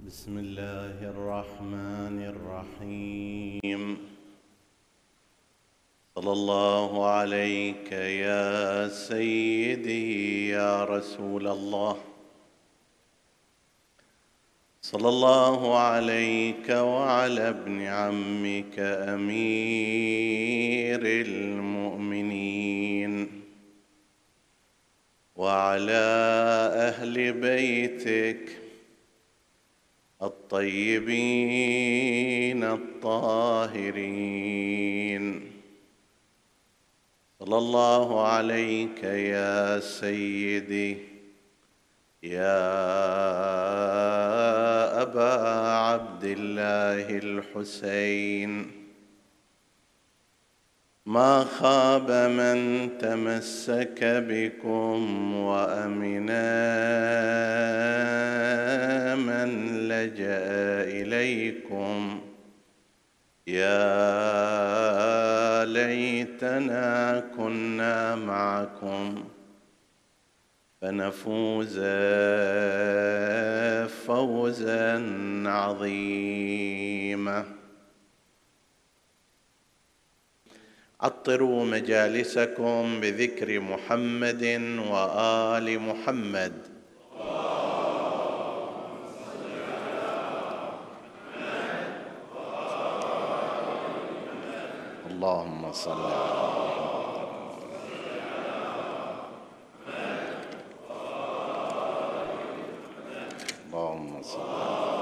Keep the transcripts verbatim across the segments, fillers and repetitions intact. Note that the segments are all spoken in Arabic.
بسم الله الرحمن الرحيم. صلى الله عليك يا سيدي يا رسول الله، صلى الله عليك وعلى ابن عمك أمير المؤمنين وعلى أهل بيتك الطيبين الطاهرين. صلى الله عليك يا سيدي يا أبا عبد الله الحسين. ما خاب من تمسك بكم وأمنا من لجأ إليكم. يا ليتنا كنا معكم فنفوز فوزا عظيما. عطروا مجالسكم بذكر محمد وآل محمد. اللهم صل على محمد. اللهم صل على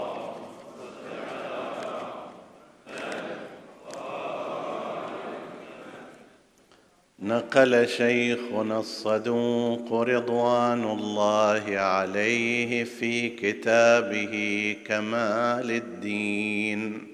نقل شيخنا الصدوق رضوان الله عليه في كتابه كمال الدين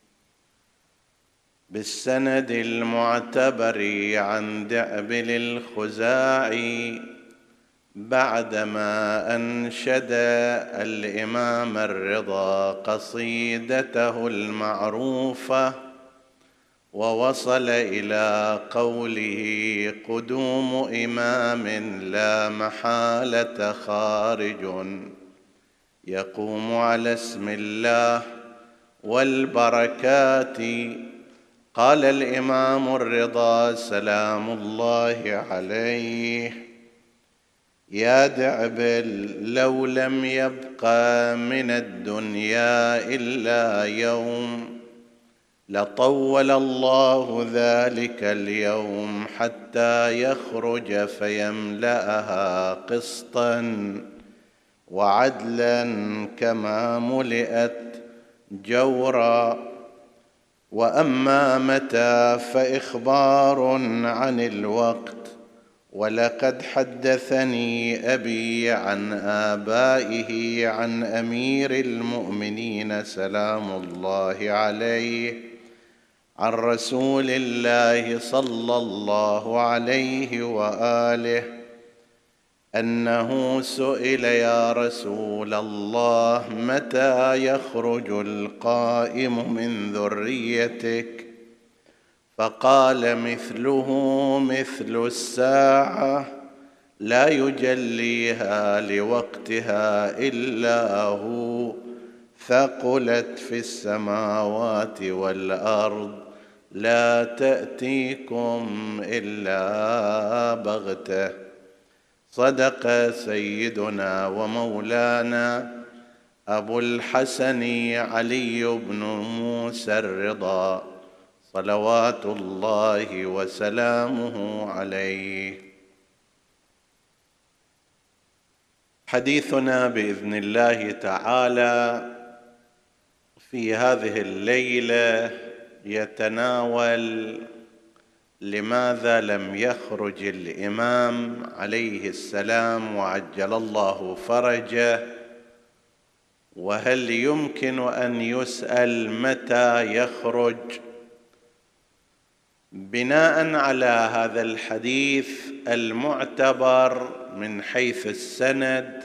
بالسند المعتبر عن دأبل الخزاعي بعدما أنشد الإمام الرضا قصيدته المعروفة ووصل إلى قوله: قدوم إمام لا محالة خارج يقوم على اسم الله والبركات. قال الإمام الرضا سلام الله عليه: يا دعبل، لو لم يبق من الدنيا إلا يوم لطول الله ذلك اليوم حتى يخرج فيملأها قسطا وعدلا كما ملئت جورا. وأما متى فإخبار عن الوقت. ولقد حدثني أبي عن آبائه عن أمير المؤمنين سلام الله عليه عن رسول الله صلى الله عليه وآله أنه سئل: يا رسول الله، متى يخرج القائم من ذريتك؟ فقال: مثله مثل الساعة لا يجليها لوقتها إلا هو، ثقلت في السماوات والأرض، لا تأتيكم إلا بغتة. صدق سيدنا ومولانا أبو الحسن علي بن موسى الرضا صلوات الله وسلامه عليه. حديثنا بإذن الله تعالى في هذه الليلة يتناول لماذا لم يخرج الإمام عليه السلام وعجل الله فرجه، وهل يمكن أن يسأل متى يخرج؟ بناء على هذا الحديث المعتبر من حيث السند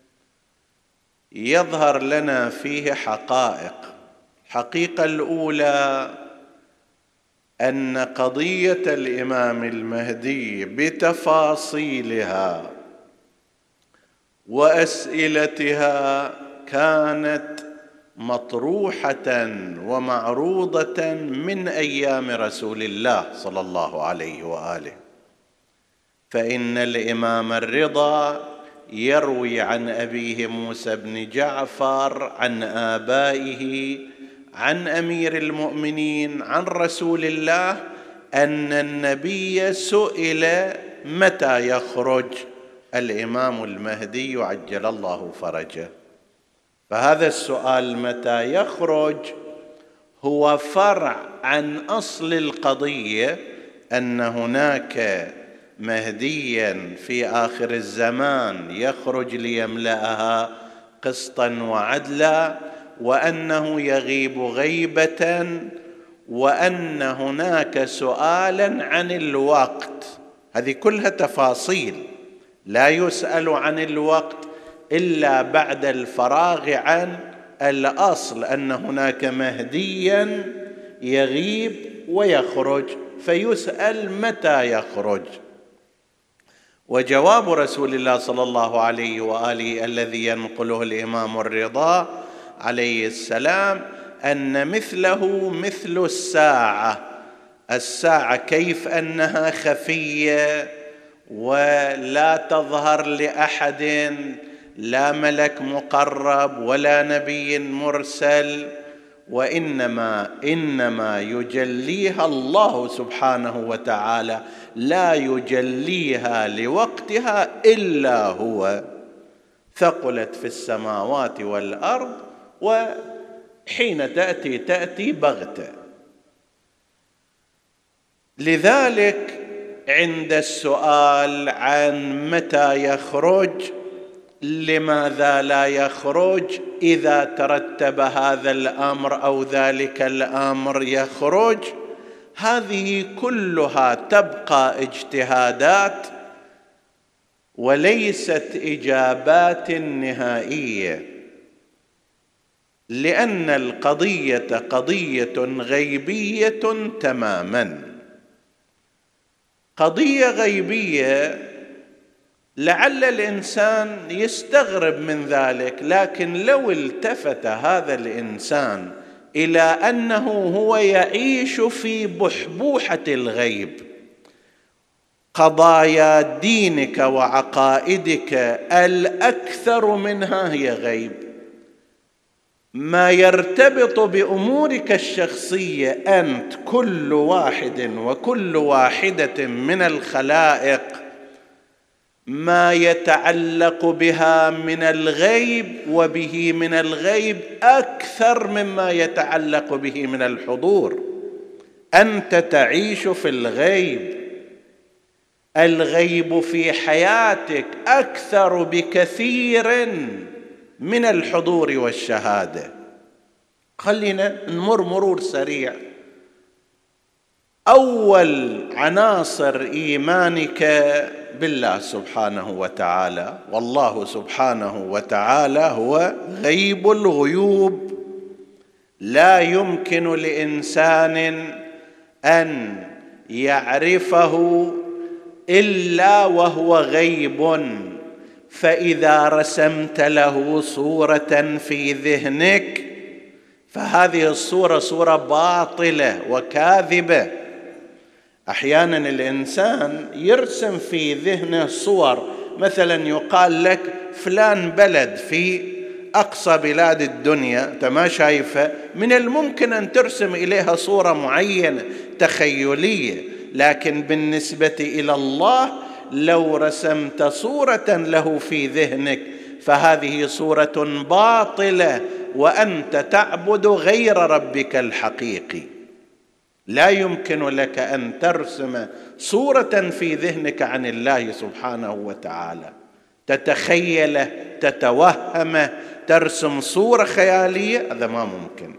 يظهر لنا فيه حقائق. الحقيقة الأولى أن قضية الإمام المهدي بتفاصيلها وأسئلتها كانت مطروحة ومعروضة من أيام رسول الله صلى الله عليه وآله. فإن الإمام الرضا يروي عن أبيه موسى بن جعفر عن آبائه عن أمير المؤمنين عن رسول الله أن النبي سئل متى يخرج الإمام المهدي عجل الله فرجه. فهذا السؤال متى يخرج هو فرع عن أصل القضية، أن هناك مهديا في آخر الزمان يخرج ليملأها قسطا وعدلا، وأنه يغيب غيبة، وأن هناك سؤالا عن الوقت. هذه كلها تفاصيل، لا يسأل عن الوقت إلا بعد الفراغ عن الأصل، أن هناك مهديا يغيب ويخرج، فيسأل متى يخرج. وجواب رسول الله صلى الله عليه وآله الذي ينقله الإمام الرضا عليه السلام أن مثله مثل الساعة. الساعة كيف أنها خفية ولا تظهر لأحد، لا ملك مقرب ولا نبي مرسل، وإنما إنما يجليها الله سبحانه وتعالى، لا يجليها لوقتها إلا هو. ثقلت في السماوات والأرض، وحين تأتي تأتي بغتة. لذلك عند السؤال عن متى يخرج، لماذا لا يخرج؟ إذا ترتب هذا الأمر أو ذلك الأمر يخرج. هذه كلها تبقى اجتهادات وليست إجابات نهائية، لأن القضية قضية غيبية تماما، قضية غيبية. لعل الإنسان يستغرب من ذلك، لكن لو التفت هذا الإنسان إلى أنه هو يعيش في بحبوحة الغيب، قضايا دينك وعقائدك الأكثر منها هي غيب، ما يرتبط بأمورك الشخصية أنت كل واحد وكل واحدة من الخلائق، ما يتعلق بها من الغيب وبه من الغيب أكثر مما يتعلق به من الحضور. أنت تعيش في الغيب، الغيب في حياتك أكثر بكثير من الحضور والشهادة. خلينا نمر مرور سريع. أول عناصر إيمانك بالله سبحانه وتعالى، والله سبحانه وتعالى هو غيب الغيوب، لا يمكن لإنسان أن يعرفه إلا وهو غيب. فإذا رسمت له صورة في ذهنك فهذه الصورة صورة باطلة وكاذبة. أحيانا الإنسان يرسم في ذهنه صور، مثلا يقال لك فلان بلد في أقصى بلاد الدنيا أنت ما شايفه، من الممكن أن ترسم إليها صورة معينة تخيلية، لكن بالنسبة إلى الله لو رسمت صورة له في ذهنك فهذه صورة باطلة، وأنت تعبد غير ربك الحقيقي. لا يمكن لك أن ترسم صورة في ذهنك عن الله سبحانه وتعالى، تتخيله، تتوهمه، ترسم صورة خيالية، هذا ما ممكن.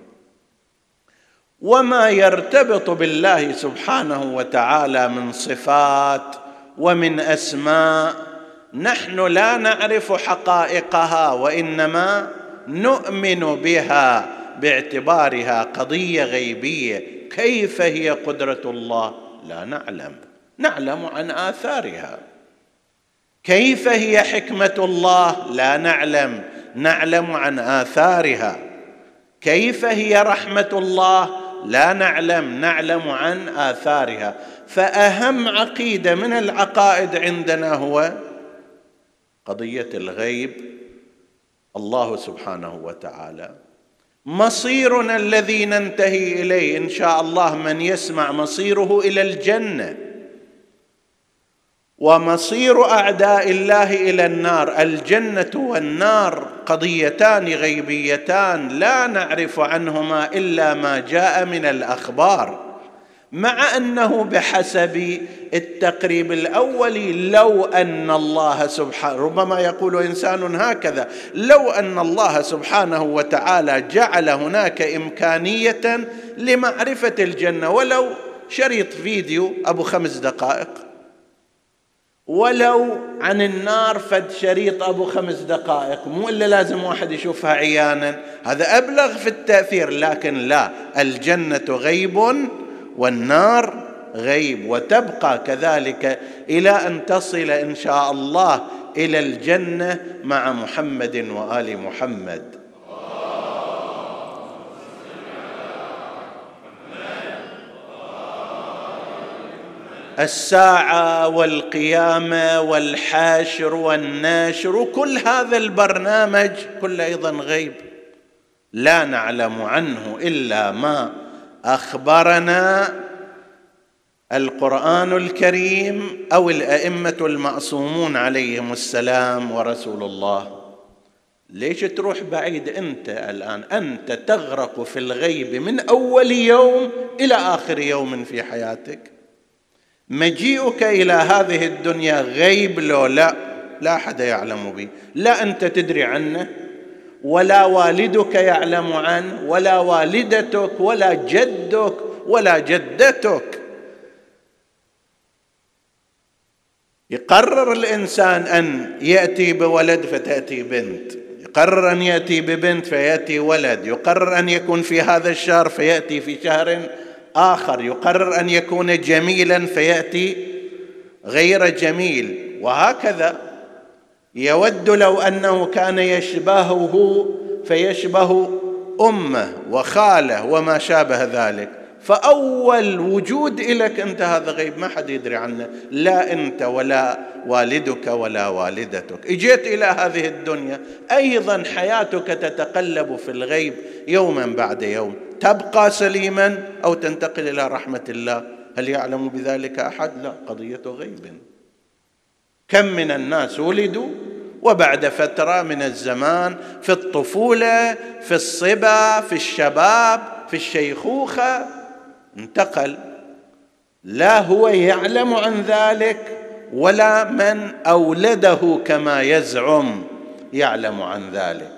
وما يرتبط بالله سبحانه وتعالى من صفات ومن أسماء نحن لا نعرف حقائقها، وإنما نؤمن بها باعتبارها قضية غيبية. كيف هي قدرة الله؟ لا نعلم، نعلم عن آثارها. كيف هي حكمة الله؟ لا نعلم، نعلم عن آثارها. كيف هي رحمة الله؟ لا نعلم، نعلم عن آثارها. فأهم عقيدة من العقائد عندنا هو قضية الغيب، الله سبحانه وتعالى. مصيرنا الذي ننتهي إليه إن شاء الله، من يسمع مصيره إلى الجنة، ومصير أعداء الله إلى النار. الجنة والنار قضيتان غيبيتان لا نعرف عنهما إلا ما جاء من الأخبار، مع أنه بحسب التقريب الأولي لو أن الله سبحانه، ربما يقول إنسان هكذا، لو أن الله سبحانه وتعالى جعل هناك إمكانية لمعرفة الجنة، ولو شريط فيديو أبو خمس دقائق، ولو عن النار فد شريط أبو خمس دقائق، مو إلا لازم واحد يشوفها عيانا، هذا أبلغ في التأثير. لكن لا، الجنة غيب والنار غيب، وتبقى كذلك إلى أن تصل إن شاء الله إلى الجنة مع محمد وآل محمد. الساعة والقيامة والحاشر والناشر، كل هذا البرنامج كله أيضا غيب، لا نعلم عنه إلا ما أخبرنا القرآن الكريم أو الأئمة المعصومون عليهم السلام ورسول الله. ليش تروح بعيد أنت الآن؟ أنت تغرق في الغيب من أول يوم إلى آخر يوم في حياتك. مجيئك إلى هذه الدنيا غيب لو لا لا أحد يعلم به، لا أنت تدري عنه، ولا والدك يعلم عنه، ولا والدتك، ولا جدك، ولا جدتك. يقرر الإنسان أن يأتي بولد فتأتي بنت، يقرر أن يأتي ببنت فيأتي ولد، يقرر أن يكون في هذا الشهر فيأتي في شهر آخر، يقرر أن يكون جميلا فيأتي غير جميل، وهكذا. يود لو أنه كان يشبهه فيشبه أمه وخاله وما شابه ذلك. فأول وجود إليك أنت هذا غيب، ما حد يدري عنه، لا أنت ولا والدك ولا والدتك. إجيت إلى هذه الدنيا أيضا حياتك تتقلب في الغيب يوما بعد يوم، تبقى سليما أو تنتقل إلى رحمة الله. هل يعلم بذلك أحد؟ لا، قضية غيب. كم من الناس ولدوا وبعد فترة من الزمان، في الطفولة، في الصبا، في الشباب، في الشيخوخة، انتقل، لا هو يعلم عن ذلك ولا من أولده كما يزعم يعلم عن ذلك.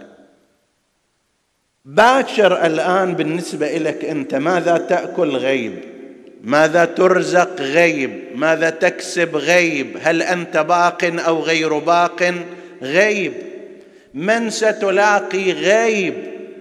باكر الآن بالنسبة لك أنت، ماذا تأكل غيب، ماذا ترزق غيب، ماذا تكسب غيب، هل أنت باق أو غير باق غيب، من ستلاقي غيب.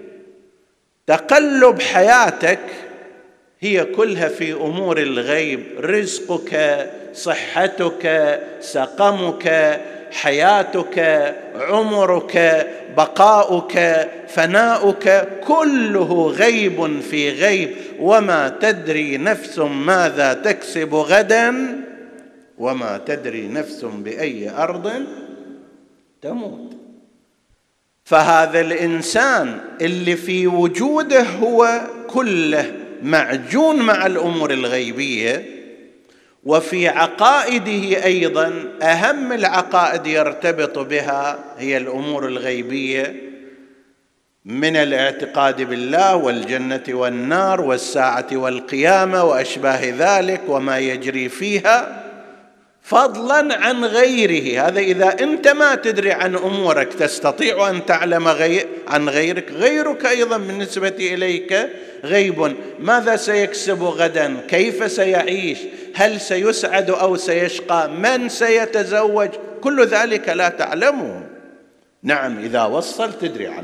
تقلب حياتك هي كلها في أمور الغيب، رزقك، صحتك، سقمك، حياتك، عمرك، بقاؤك، فناؤك، كله غيب في غيب. وما تدري نفس ماذا تكسب غدا، وما تدري نفس بأي أرض تموت. فهذا الإنسان اللي في وجوده هو كله معجون مع الأمور الغيبية، وفي عقائده أيضا أهم العقائد يرتبط بها هي الأمور الغيبية، من الاعتقاد بالله والجنة والنار والساعة والقيامة وأشباه ذلك وما يجري فيها، فضلا عن غيره. هذا إذا أنت ما تدري عن أمورك تستطيع أن تعلم غير عن غيرك. غيرك أيضا بالنسبة إليك غيب، ماذا سيكسب غدا، كيف سيعيش، هل سيسعد أو سيشقى، من سيتزوج، كل ذلك لا تعلمه. نعم إذا وصل تدري عنه.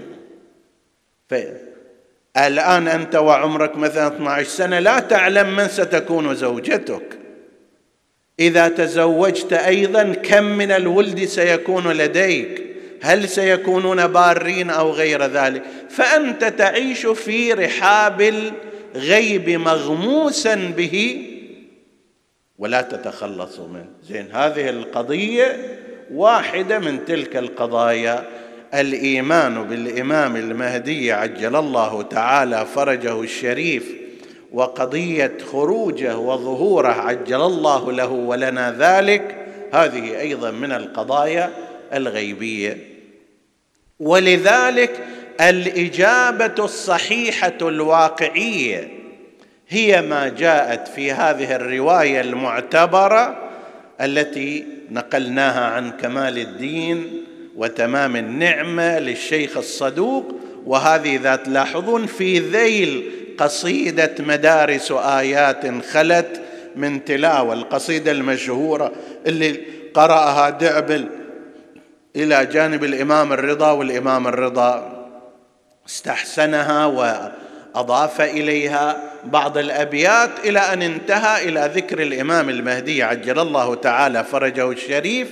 فالآن أنت وعمرك مثلا اثنتي عشرة سنة لا تعلم من ستكون زوجتك. إذا تزوجت أيضا كم من الولد سيكون لديك، هل سيكونون بارين أو غير ذلك؟ فأنت تعيش في رحاب الغيب مغموسا به ولا تتخلص منه. زين، هذه القضية واحدة من تلك القضايا. الإيمان بالإمام المهدي عجل الله تعالى فرجه الشريف وقضية خروجه وظهوره عجل الله له ولنا ذلك، هذه أيضا من القضايا الغيبية. ولذلك الإجابة الصحيحة الواقعية هي ما جاءت في هذه الرواية المعتبرة التي نقلناها عن كمال الدين وتمام النعمة للشيخ الصدوق، وهذه ذات لاحظون في ذيل قصيدة مدارس آيات خلت من تلاوة، القصيدة المشهورة اللي قرأها دعبل إلى جانب الإمام الرضا، والإمام الرضا استحسنها وأضاف إليها بعض الأبيات إلى أن انتهى إلى ذكر الإمام المهدي عجل الله تعالى فرجه الشريف،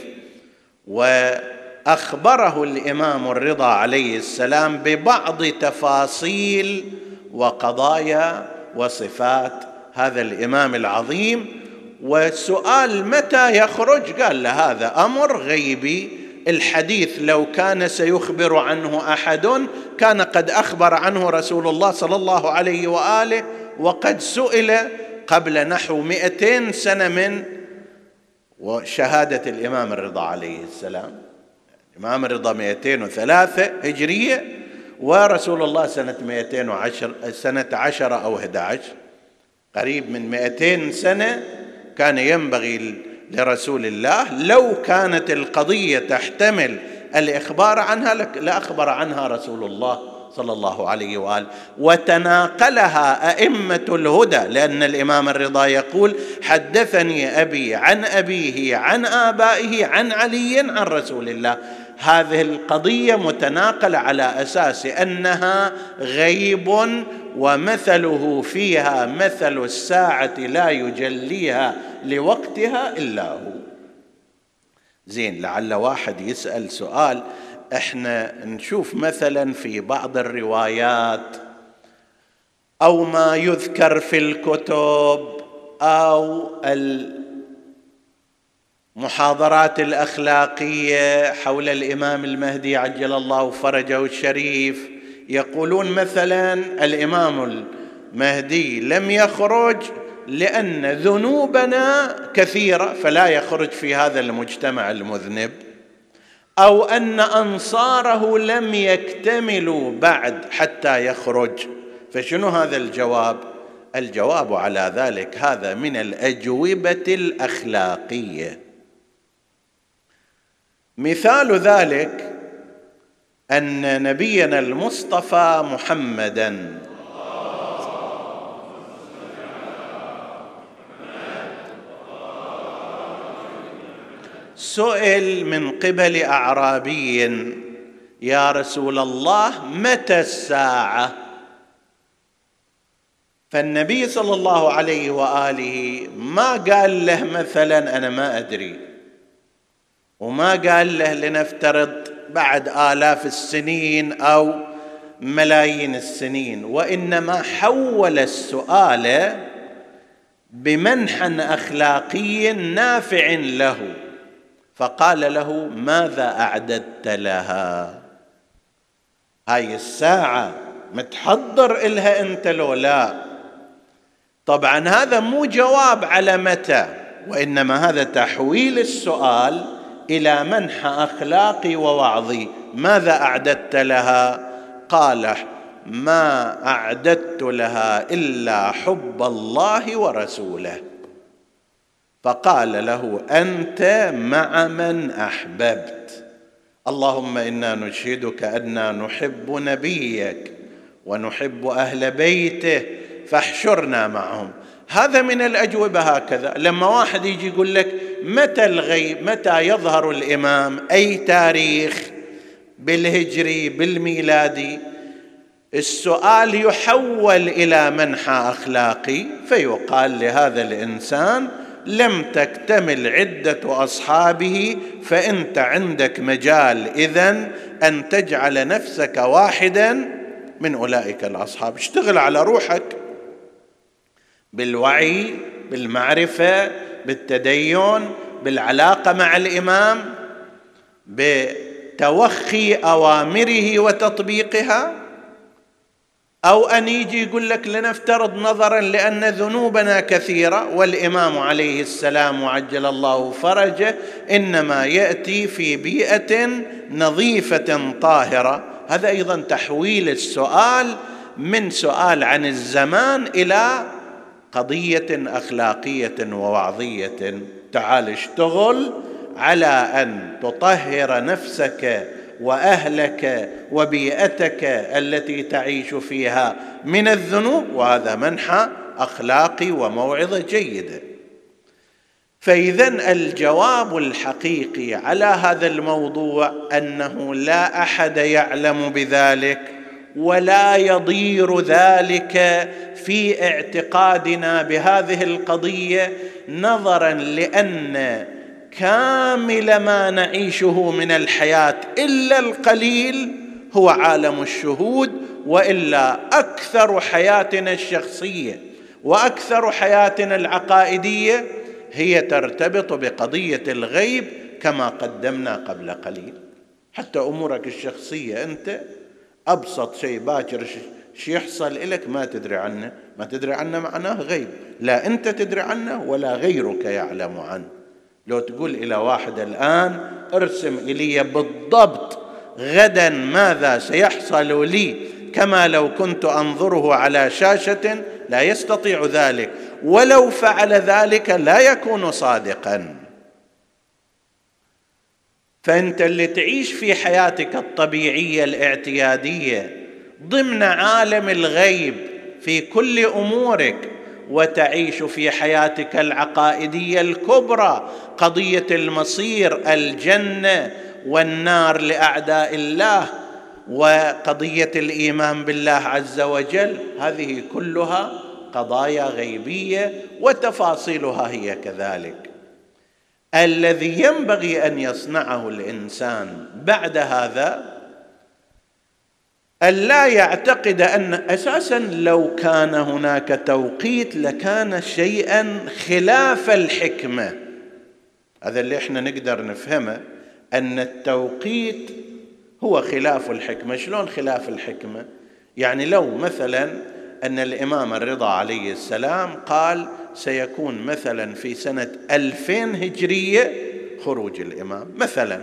وأخبره الإمام الرضا عليه السلام ببعض تفاصيل وقضايا وصفات هذا الإمام العظيم. والسؤال متى يخرج؟ قال له هذا أمر غيبي، الحديث لو كان سيخبر عنه أحد كان قد أخبر عنه رسول الله صلى الله عليه وآله، وقد سئل قبل نحو مئتين سنة من شهادة الإمام الرضا عليه السلام. الإمام الرضا مئتين وثلاثة هجرية، ورسول الله سنة مئتين وعشر سنة عشرة أو أحد عشر، قريب من مئتين سنة. كان ينبغي لرسول الله لو كانت القضية تحتمل الإخبار عنها لأخبر عنها رسول الله صلى الله عليه وآله، وتناقلها أئمة الهدى، لأن الإمام الرضا يقول حدثني أبي عن أبيه عن آبائه عن علي عن رسول الله. هذه القضية متناقلة على أساس أنها غيب، ومثله فيها مثل الساعة لا يجليها لوقتها إلا هو. زين، لعل واحد يسأل سؤال، احنا نشوف مثلا في بعض الروايات أو ما يذكر في الكتب أو المحاضرات الأخلاقية حول الإمام المهدي عجل الله فرجه الشريف، يقولون مثلا الإمام المهدي لم يخرج لأن ذنوبنا كثيرة فلا يخرج في هذا المجتمع المذنب، أو أن أنصاره لم يكتملوا بعد حتى يخرج. فشنو هذا الجواب؟ الجواب على ذلك هذا من الأجوبة الأخلاقية. مثال ذلك أن نبينا المصطفى محمداً سئل من قبل أعرابي يا رسول الله متى الساعة؟ فالنبي صلى الله عليه وآله ما قال له مثلا أنا ما أدري، وما قال له لنفترض بعد آلاف السنين أو ملايين السنين، وإنما حول السؤال بمنحى أخلاقي نافع له، فقال له ماذا أعددت لها؟ هاي الساعة متحضر إلها أنت لو لا؟ طبعا هذا مو جواب على متى، وإنما هذا تحويل السؤال إلى منحى أخلاقي ووعظي. ماذا أعددت لها؟ قال ما أعددت لها إلا حب الله ورسوله. فقال له أنت مع من أحببت، اللهم إنا نشهدك أننا نحب نبيك ونحب أهل بيته فاحشرنا معهم. هذا من الأجوبة. هكذا لما واحد يجي يقول لك متى الغيب، متى يظهر الإمام، أي تاريخ، بالهجري بالميلادي، السؤال يحول إلى منحى أخلاقي، فيقال لهذا الإنسان لم تكتمل عدة أصحابه، فأنت عندك مجال إذن أن تجعل نفسك واحدا من أولئك الأصحاب. اشتغل على روحك بالوعي، بالمعرفة، بالتدين، بالعلاقة مع الإمام، بتوخي أوامره وتطبيقها. أو أن يجي يقول لك لنفترض نظرا لأن ذنوبنا كثيرة والإمام عليه السلام عجل الله فرجه إنما يأتي في بيئة نظيفة طاهرة، هذا أيضا تحويل السؤال من سؤال عن الزمان إلى قضية أخلاقية ووعظية. تعال اشتغل على أن تطهر نفسك وأهلك وبيئتك التي تعيش فيها من الذنوب، وهذا منحى أخلاقي وموعظة جيدة. فإذن الجواب الحقيقي على هذا الموضوع أنه لا أحد يعلم بذلك ولا يضير ذلك في اعتقادنا بهذه القضية، نظرا لأن كامل ما نعيشه من الحياة إلا القليل هو عالم الشهود، وإلا أكثر حياتنا الشخصية وأكثر حياتنا العقائدية هي ترتبط بقضية الغيب كما قدمنا قبل قليل. حتى أمورك الشخصية أنت أبسط شيء باكر شيء يحصل لك ما تدري عنه، ما تدري عنه معناه غيب، لا أنت تدري عنه ولا غيرك يعلم عنه. لو تقول إلى واحد الآن ارسم إلي بالضبط غدا ماذا سيحصل لي كما لو كنت أنظره على شاشة، لا يستطيع ذلك، ولو فعل ذلك لا يكون صادقا. فأنت اللي تعيش في حياتك الطبيعية الاعتيادية ضمن عالم الغيب في كل أمورك، وتعيش في حياتك العقائدية الكبرى قضية المصير، الجنة والنار لأعداء الله، وقضية الإيمان بالله عز وجل، هذه كلها قضايا غيبية وتفاصيلها هي كذلك. الذي ينبغي أن يصنعه الإنسان بعد هذا أن لا يعتقد أن أساساً لو كان هناك توقيت لكان شيئاً خلاف الحكمة. هذا اللي احنا نقدر نفهمه، أن التوقيت هو خلاف الحكمة. شلون خلاف الحكمة؟ يعني لو مثلاً أن الإمام الرضا عليه السلام قال سيكون مثلاً في سنة ألفين هجرية خروج الإمام، مثلاً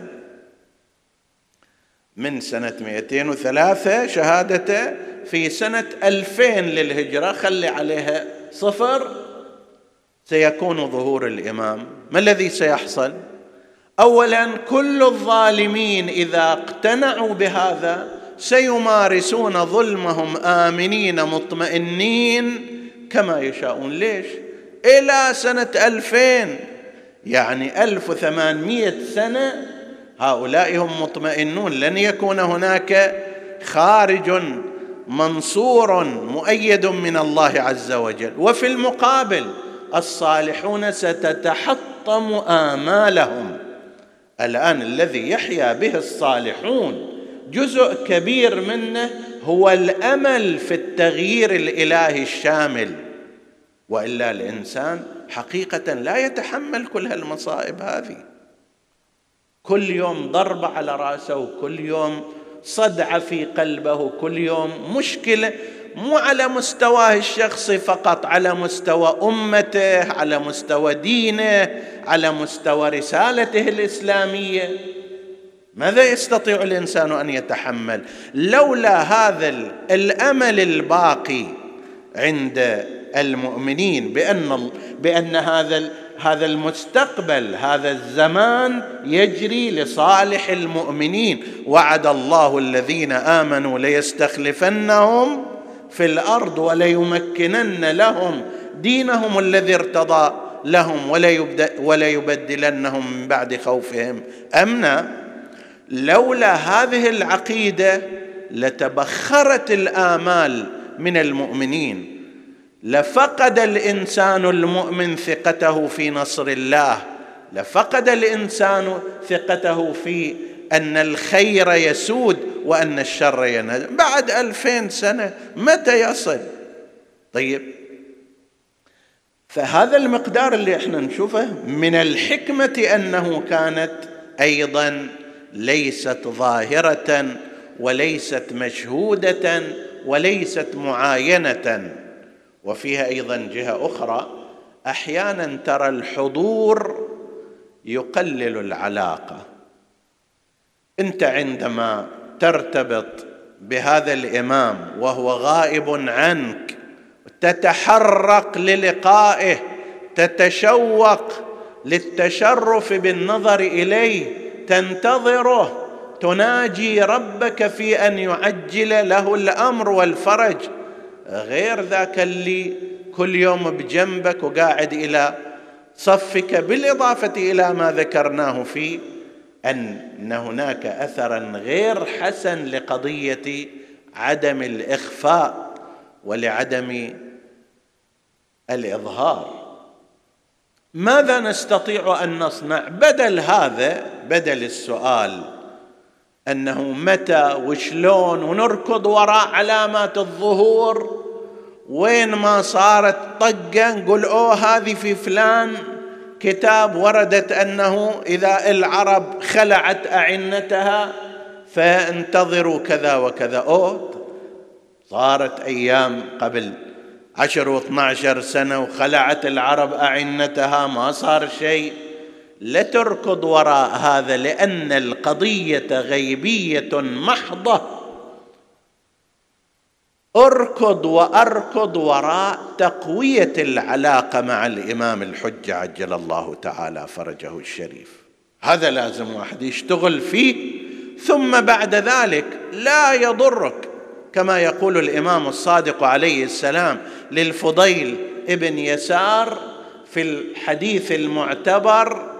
من سنة مئتين وثلاثة شهادته في سنة ألفين للهجرة، خلي عليها صفر، سيكون ظهور الإمام. ما الذي سيحصل؟ أولاً كل الظالمين إذا اقتنعوا بهذا سيمارسون ظلمهم آمنين مطمئنين كما يشاءون. ليش؟ إلى سنة ألفين، يعني ألف وثمانمائة سنة هؤلاء هم مطمئنون، لن يكون هناك خارج منصور مؤيد من الله عز وجل. وفي المقابل الصالحون ستتحطم آمالهم. الآن الذي يحيا به الصالحون جزء كبير منه هو الأمل في التغيير الإلهي الشامل، وإلا الإنسان حقيقة لا يتحمل كل هالمصائب هذه، كل يوم ضربة على رأسه، وكل يوم صدعة في قلبه، كل يوم مشكلة، مو على مستواه الشخصي فقط، على مستوى أمته، على مستوى دينه، على مستوى رسالته الإسلامية. ماذا يستطيع الإنسان أن يتحمل لولا هذا الأمل الباقي عند المؤمنين بأن بأن هذا هذا المستقبل، هذا الزمان يجري لصالح المؤمنين. وعد الله الذين آمنوا ليستخلفنهم في الأرض وليمكنن لهم دينهم الذي ارتضى لهم وليبدلنهم من بعد خوفهم أمنا. لولا هذه العقيدة لتبخرت الآمال من المؤمنين، لفقد الإنسان المؤمن ثقته في نصر الله، لفقد الإنسان ثقته في أن الخير يسود وأن الشر ينهزم. بعد ألفين سنة متى يصل؟ طيب، فهذا المقدار اللي احنا نشوفه من الحكمة أنه كانت أيضا ليست ظاهرة وليست مشهودة وليست معاينة. وفيها أيضا جهة أخرى، أحيانا ترى الحضور يقلل العلاقة. أنت عندما ترتبط بهذا الإمام وهو غائب عنك تتحرق للقائه، تتشوق للتشرف بالنظر إليه، تنتظره، تناجي ربك في أن يعجل له الأمر والفرج، غير ذاك اللي كل يوم بجنبك وقاعد إلى صفك. بالإضافة إلى ما ذكرناه في أن هناك أثرا غير حسن لقضية عدم الإخفاء ولعدم الإظهار. ماذا نستطيع أن نصنع بدل هذا؟ بدل السؤال أنه متى وشلون ونركض وراء علامات الظهور، وين ما صارت طقة نقول أوه هذه في فلان كتاب وردت أنه إذا العرب خلعت أعنتها فانتظروا كذا وكذا. أوه صارت أيام قبل عشر واثنى عشر سنة وخلعت العرب أعنتها، ما صار شيء. لا تركض وراء هذا، لأن القضية غيبية محضة. اركض وأركض وراء تقوية العلاقة مع الإمام الحجة عجل الله تعالى فرجه الشريف. هذا لازم واحد يشتغل فيه. ثم بعد ذلك لا يضرك، كما يقول الإمام الصادق عليه السلام للفضيل ابن يسار في الحديث المعتبر،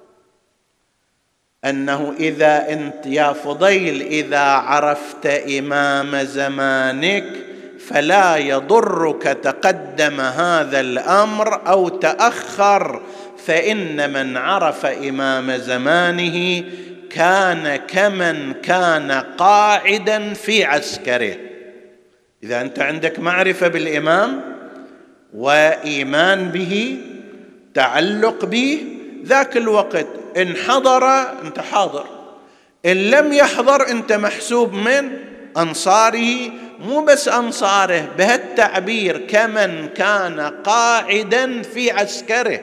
أنه إذا أنت يا فضيل إذا عرفت إمام زمانك فلا يضرك تقدم هذا الأمر أو تأخر، فإن من عرف إمام زمانه كان كمن كان قاعدا في عسكره. إذا أنت عندك معرفة بالإمام وإيمان به، تعلق به، ذاك الوقت إن حضر أنت حاضر، إن لم يحضر أنت محسوب من أنصاره. مو بس أنصاره، بهالتعبير كمن كان قاعدا في عسكره،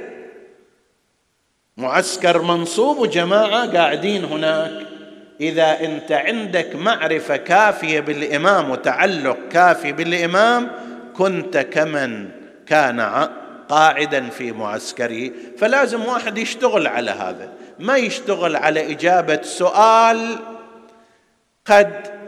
معسكر منصوب وجماعة قاعدين هناك. إذا أنت عندك معرفة كافية بالإمام وتعلق كافي بالإمام كنت كمن كان قاعدا في معسكره. فلازم واحد يشتغل على هذا، ما يشتغل على إجابة سؤال قد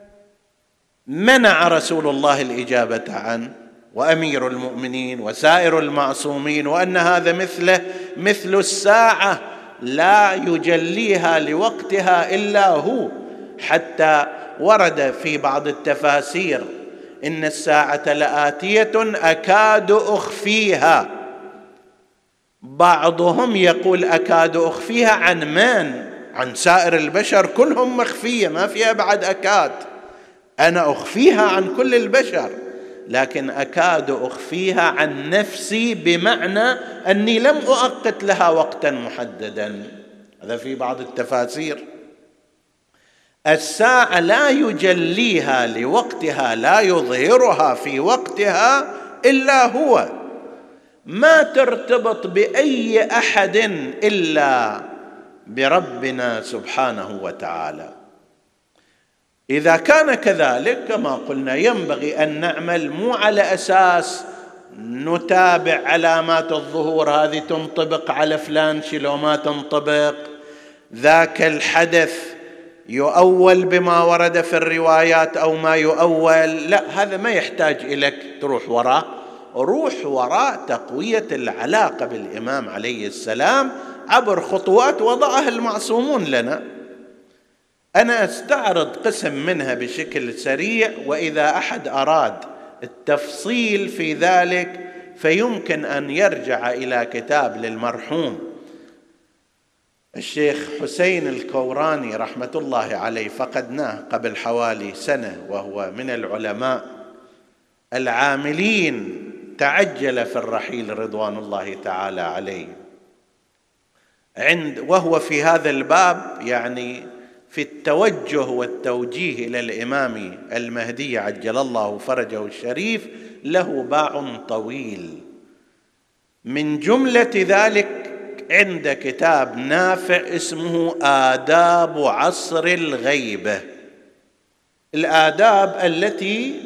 منع رسول الله الإجابة عنه وأمير المؤمنين وسائر المعصومين، وأن هذا مثله مثل الساعة لا يجليها لوقتها إلا هو. حتى ورد في بعض التفاسير إن الساعة لآتية أكاد أخفيها. بعضهم يقول أكاد أخفيها عن من؟ عن سائر البشر كلهم مخفية، ما فيها بعد أكاد. أنا أخفيها عن كل البشر، لكن أكاد أخفيها عن نفسي، بمعنى أني لم أؤقت لها وقتا محددا. هذا في بعض التفاسير. الساعة لا يجليها لوقتها، لا يظهرها في وقتها إلا هو. ما ترتبط بأي أحد إلا بربنا سبحانه وتعالى. إذا كان كذلك كما قلنا ينبغي أن نعمل مو على أساس نتابع علامات الظهور، هذه تنطبق على فلان شلو ما تنطبق، ذاك الحدث يؤول بما ورد في الروايات أو ما يؤول، لا، هذا ما يحتاج إليك تروح وراء. روح وراء تقوية العلاقة بالإمام عليه السلام عبر خطوات وضعها المعصومون لنا. أنا أستعرض قسم منها بشكل سريع، وإذا أحد أراد التفصيل في ذلك فيمكن أن يرجع إلى كتاب للمرحوم الشيخ حسين الكوراني رحمة الله عليه، فقدناه قبل حوالي سنة، وهو من العلماء العاملين، تعجل في الرحيل رضوان الله تعالى عليه، عند وهو في هذا الباب يعني في التوجه والتوجيه إلى الإمام المهدي عجل الله فرجه الشريف له باع طويل. من جملة ذلك عند كتاب نافع اسمه آداب عصر الغيبة، الآداب التي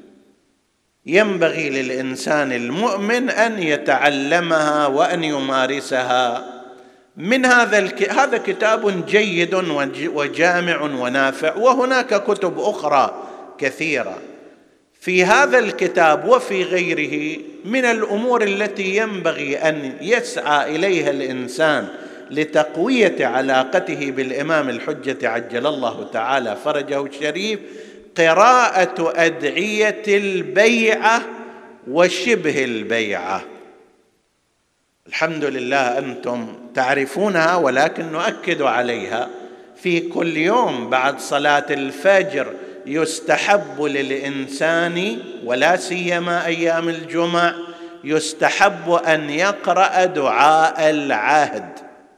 ينبغي للإنسان المؤمن أن يتعلمها وأن يمارسها. من هذا الك... هذا كتاب جيد وجامع ونافع، وهناك كتب أخرى كثيرة. في هذا الكتاب وفي غيره من الأمور التي ينبغي أن يسعى إليها الإنسان لتقوية علاقته بالإمام الحجة عجل الله تعالى فرجه الشريف قراءة أدعية البيعة وشبه البيعة. الحمد لله أنتم تعرفونها، ولكن نؤكد عليها. في كل يوم بعد صلاة الفجر يستحب للإنسان، ولا سيما أيام الجمعة، يستحب أن يقرأ دعاء العهد: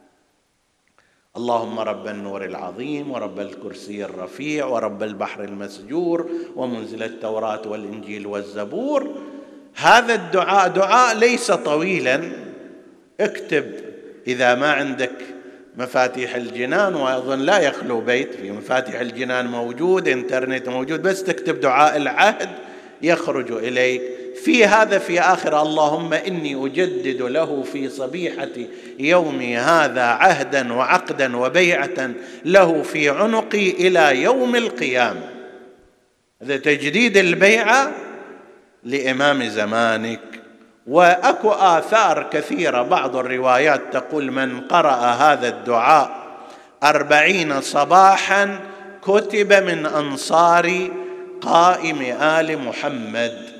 اللهم رب النور العظيم ورب الكرسي الرفيع ورب البحر المسجور ومنزل التوراة والإنجيل والزبور. هذا الدعاء دعاء ليس طويلا، اكتب إذا ما عندك مفاتيح الجنان، وأظن لا يخلو بيت في مفاتيح الجنان موجود، انترنت موجود، بس تكتب دعاء العهد يخرج إليك. في هذا في آخر: اللهم إني أجدد له في صبيحة يومي هذا عهدا وعقدا وبيعة له في عنقي إلى يوم القيامة. هذا تجديد البيعة لإمام زمانك. وأكو آثار كثيرة، بعض الروايات تقول من قرأ هذا الدعاء أربعين صباحا كتب من أنصار قائم آل محمد.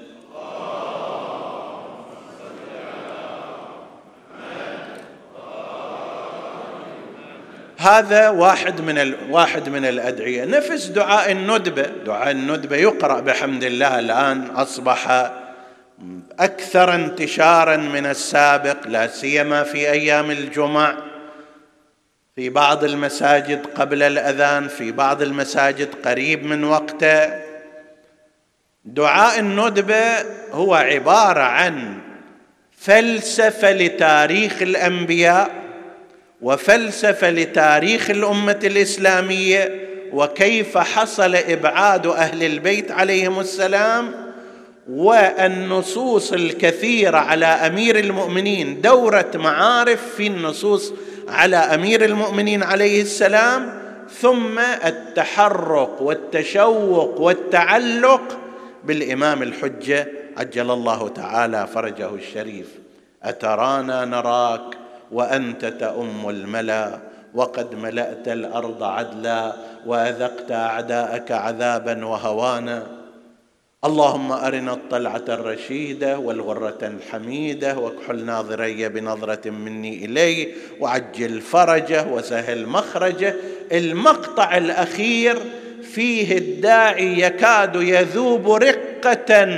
هذا واحد من ال... واحد من الأدعية. نفس دعاء الندبة، دعاء الندبة يقرأ بحمد الله الآن، أصبح أكثر انتشارا من السابق، لا سيما في أيام الجمعة، في بعض المساجد قبل الأذان، في بعض المساجد قريب من وقته. دعاء الندبة هو عبارة عن فلسفة لتاريخ الأنبياء وفلسفة لتاريخ الأمة الإسلامية، وكيف حصل إبعاد أهل البيت عليهم السلام، والنصوص الكثيرة على أمير المؤمنين، دورة معارف في النصوص على أمير المؤمنين عليه السلام، ثم التحرك والتشوق والتعلق بالإمام الحجة عجل الله تعالى فرجه الشريف. أترانا نراك وأنت تؤم الملا، وقد ملأت الأرض عدلا، وأذقت أعداءك عذابا وهوانا. اللهم أرنا الطلعة الرشيدة والغرة الحميدة، واكحل ناظري بنظرة مني إليه، وعجل فرجه وسهل مخرجه. المقطع الأخير فيه الداعي يكاد يذوب رقة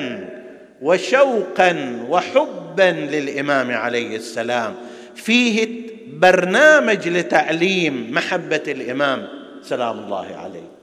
وشوقا وحبا للإمام عليه السلام، فيه برنامج لتعليم محبة الإمام سلام الله عليه.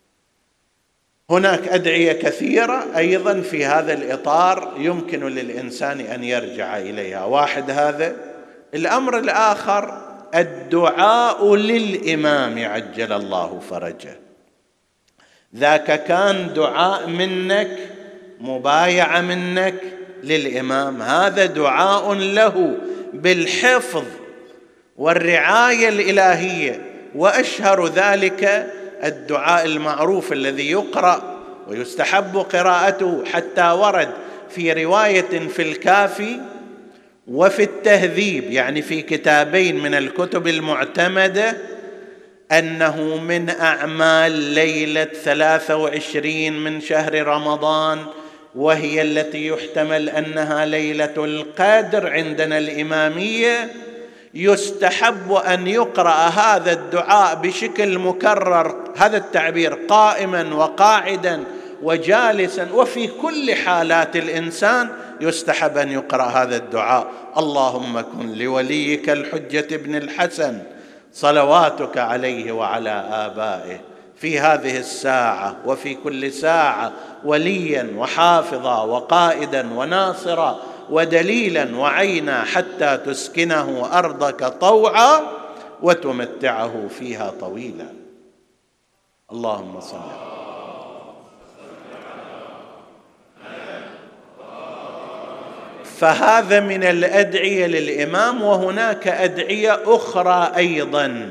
هناك أدعية كثيرة أيضا في هذا الإطار يمكن للإنسان أن يرجع إليها. واحد هذا. الأمر الآخر الدعاء للإمام عجل الله فرجه. ذاك كان دعاء منك، مبايعة منك للإمام، هذا دعاء له بالحفظ والرعاية الإلهية. وأشهر ذلك الدعاء المعروف الذي يقرأ ويستحب قراءته، حتى ورد في رواية في الكافي وفي التهذيب، يعني في كتابين من الكتب المعتمدة، أنه من أعمال ليلة ثلاثة وعشرين من شهر رمضان وهي التي يحتمل أنها ليلة القدر عندنا الإمامية، يستحب أن يقرأ هذا الدعاء بشكل مكرر، هذا التعبير، قائما وقاعدا وجالسا، وفي كل حالات الإنسان يستحب أن يقرأ هذا الدعاء: اللهم كن لوليك الحجة بن الحسن صلواتك عليه وعلى آبائه في هذه الساعة وفي كل ساعة وليا وحافظا وقائدا وناصرا ودليلا وعينا، حتى تسكنه أرضك طوعا وتمتعه فيها طويلا. اللهم صل على محمد. فهذا من الأدعية للإمام. وهناك أدعية أخرى أيضا.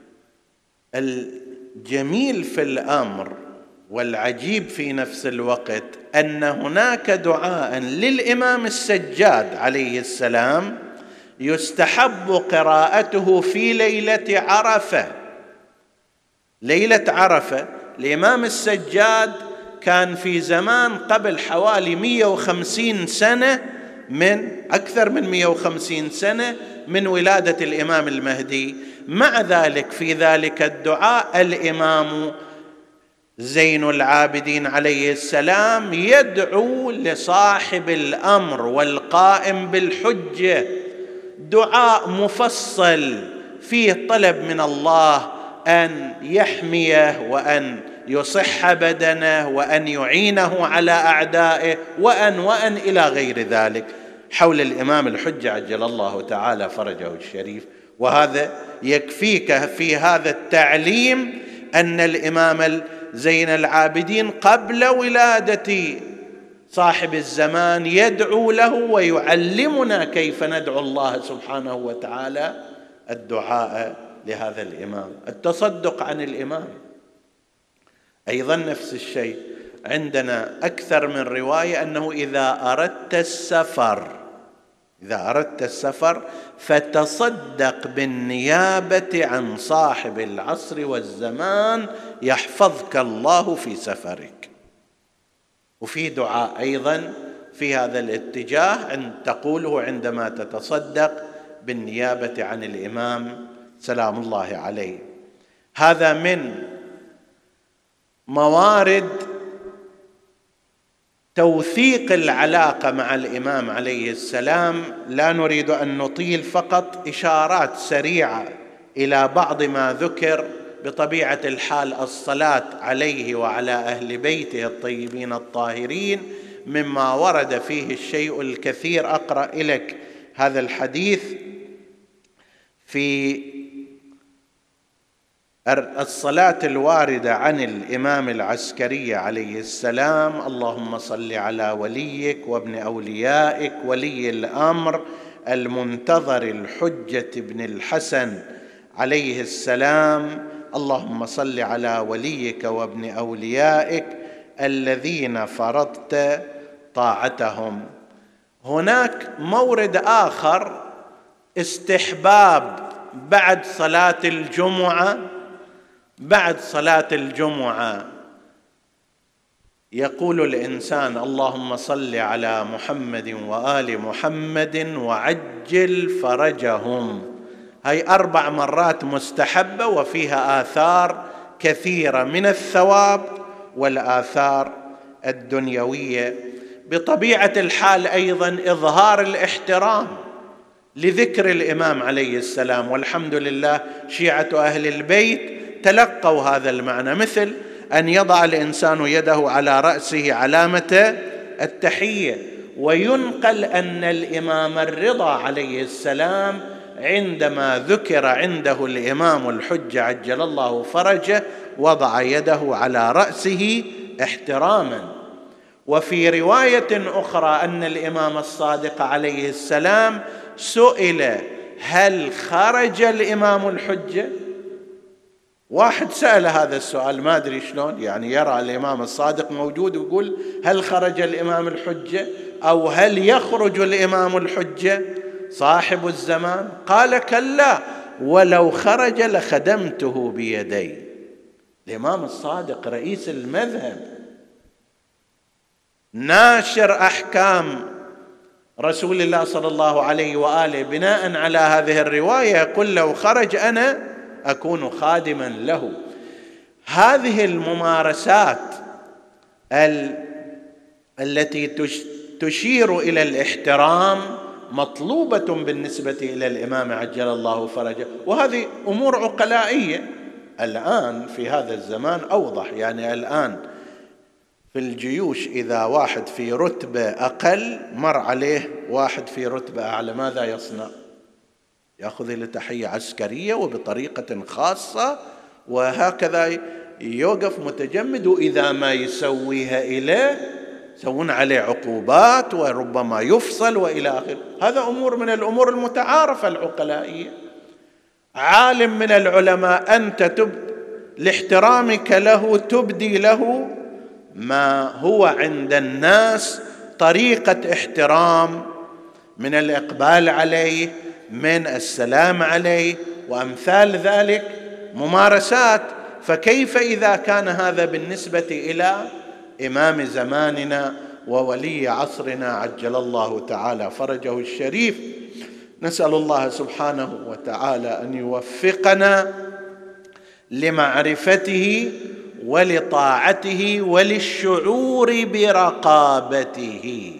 الجميل في الأمر والعجيب في نفس الوقت أن هناك دعاء للإمام السجاد عليه السلام يستحب قراءته في ليلة عرفة. ليلة عرفة الإمام السجاد كان في زمان قبل حوالي مئة وخمسين سنة، من أكثر من مئة وخمسين سنة من ولادة الإمام المهدي. مع ذلك في ذلك الدعاء الإمام زين العابدين عليه السلام يدعو لصاحب الأمر والقائم بالحجة دعاء مفصل فيه طلب من الله أن يحميه وأن يصح بدنه وأن يعينه على أعدائه وأن وأن إلى غير ذلك حول الإمام الحجة عجل الله تعالى فرجه الشريف. وهذا يكفيك في هذا التعليم أن الإمام زين العابدين قبل ولادة صاحب الزمان يدعو له ويعلمنا كيف ندعو الله سبحانه وتعالى الدعاء لهذا الإمام. التصدق عن الإمام أيضا نفس الشيء. عندنا أكثر من رواية أنه إذا أردت السفر إذا أردت السفر فتصدق بالنيابة عن صاحب العصر والزمان يحفظك الله في سفرك. وفي دعاء أيضا في هذا الاتجاه أن تقوله عندما تتصدق بالنيابة عن الإمام سلام الله عليه. هذا من موارد توثيق العلاقة مع الإمام عليه السلام. لا نريد أن نطيل، فقط إشارات سريعة إلى بعض ما ذكر. بطبيعة الحال الصلاة عليه وعلى أهل بيته الطيبين الطاهرين مما ورد فيه الشيء الكثير. أقرأ لك هذا الحديث في الصلاة الواردة عن الإمام العسكري عليه السلام: اللهم صل على وليك وابن أوليائك ولي الأمر المنتظر الحجة بن الحسن عليه السلام، اللهم صل على وليك وابن أوليائك الذين فرضت طاعتهم. هناك مورد آخر استحباب بعد صلاة الجمعة بعد صلاة الجمعة يقول الإنسان: اللهم صل على محمد وآل محمد وعجل فرجهم. هاي أربع مرات مستحبة وفيها آثار كثيرة من الثواب والآثار الدنيوية. بطبيعة الحال أيضا إظهار الاحترام لذكر الإمام عليه السلام، والحمد لله شيعة أهل البيت تلقوا هذا المعنى، مثل أن يضع الإنسان يده على رأسه علامة التحية. وينقل أن الإمام الرضا عليه السلام عندما ذكر عنده الإمام الحجة عجل الله فرجه وضع يده على رأسه احتراما. وفي رواية أخرى أن الإمام الصادق عليه السلام سئل: هل خرج الإمام الحجة؟ واحد سأل هذا السؤال، ما أدري شلون، يعني يرى الإمام الصادق موجود ويقول هل خرج الإمام الحجة أو هل يخرج الإمام الحجة صاحب الزمان؟ قال: كلا، ولو خرج لخدمته بيدي. الإمام الصادق رئيس المذهب ناشر أحكام رسول الله صلى الله عليه وآله بناء على هذه الرواية، يقول لو خرج أنا أكون خادما له. هذه الممارسات التي تشير إلى الاحترام مطلوبة بالنسبة إلى الإمام عجل الله فرجه، وهذه أمور عقلائية الآن في هذا الزمان أوضح. يعني الآن في الجيوش إذا واحد في رتبة أقل مر عليه واحد في رتبة أعلى، ماذا يصنع؟ يأخذ له تحية عسكرية وبطريقة خاصة، وهكذا يوقف متجمد، وإذا ما يسويها إليه يسوون عليه عقوبات وربما يفصل وإلى آخره. هذا أمور من الأمور المتعارفة العقلائية. عالم من العلماء أنت تب... لاحترامك له تبدي له ما هو عند الناس طريقة احترام، من الإقبال عليه، من السلام عليه، وأمثال ذلك ممارسات. فكيف إذا كان هذا بالنسبة إلى إمام زماننا وولي عصرنا عجل الله تعالى فرجه الشريف؟ نسأل الله سبحانه وتعالى أن يوفقنا لمعرفته ولطاعته وللشعور برقابته.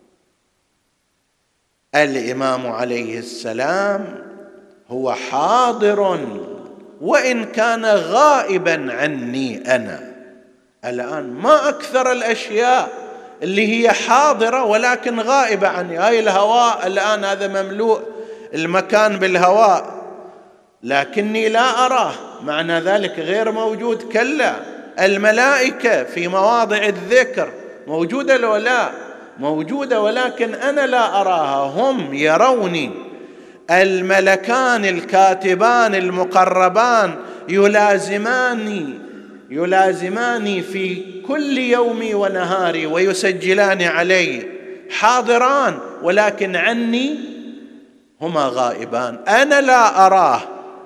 الإمام عليه السلام هو حاضر وإن كان غائبا عني أنا. الآن ما أكثر الأشياء اللي هي حاضرة ولكن غائبة عني. هاي الهواء الآن هذا مملوء المكان بالهواء لكني لا أراه، معنى ذلك غير موجود؟ كلا. الملائكة في مواضع الذكر موجودة لو لا موجودة، ولكن أنا لا أراها، هم يروني. الملكان الكاتبان المقربان يلازماني يلازماني في كل يومي ونهاري ويسجلان علي، حاضران ولكن عني هما غائبان، أنا لا أراه.